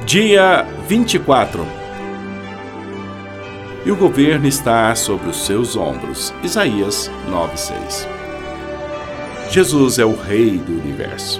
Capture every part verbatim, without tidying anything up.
Dia vinte e quatro. E o governo está sobre os seus ombros. Isaías nove, seis. Jesus é o Rei do Universo.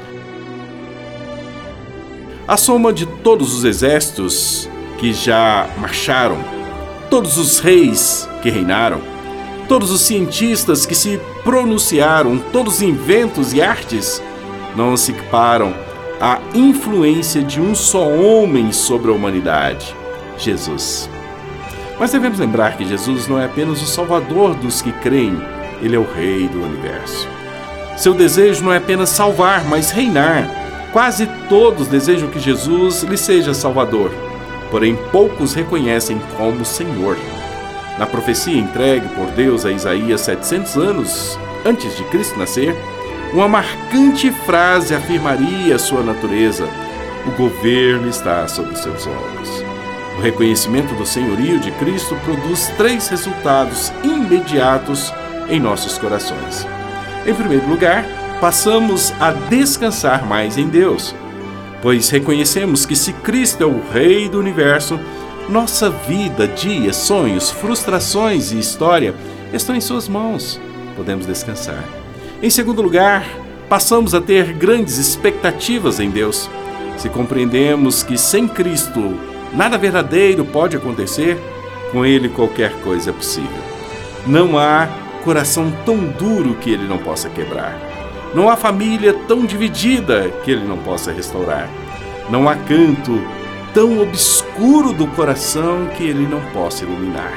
A soma de todos os exércitos que já marcharam, todos os reis que reinaram, todos os cientistas que se pronunciaram, todos os inventos e artes, não se equiparam à influência de um só homem sobre a humanidade, Jesus. Mas devemos lembrar que Jesus não é apenas o Salvador dos que creem, Ele é o Rei do Universo. Seu desejo não é apenas salvar, mas reinar. Quase todos desejam que Jesus lhe seja Salvador, porém poucos reconhecem como Senhor. Na profecia entregue por Deus a Isaías setecentos anos antes de Cristo nascer, uma marcante frase afirmaria sua natureza: o governo está sobre os seus ombros. O reconhecimento do senhorio de Cristo produz três resultados imediatos em nossos corações. Em primeiro lugar, passamos a descansar mais em Deus, pois reconhecemos que se Cristo é o Rei do Universo, nossa vida, dias, sonhos, frustrações e história estão em suas mãos. Podemos descansar. Em segundo lugar, passamos a ter grandes expectativas em Deus. Se compreendemos que sem Cristo nada verdadeiro pode acontecer, com Ele qualquer coisa é possível. Não há coração tão duro que Ele não possa quebrar. Não há família tão dividida que Ele não possa restaurar. Não há canto tão obscuro do coração que Ele não possa iluminar.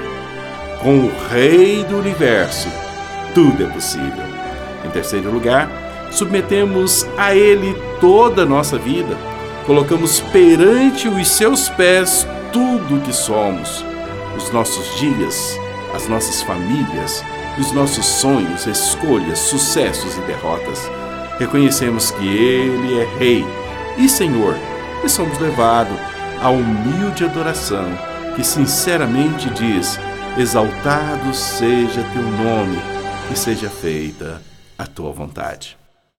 Com o Rei do Universo, tudo é possível. Em terceiro lugar, submetemos a Ele toda a nossa vida. Colocamos perante os seus pés tudo o que somos, os nossos dias, as nossas famílias, os nossos sonhos, escolhas, sucessos e derrotas. Reconhecemos que Ele é Rei e Senhor e somos levados à humilde adoração que sinceramente diz: exaltado seja teu nome e seja feita a tua vontade.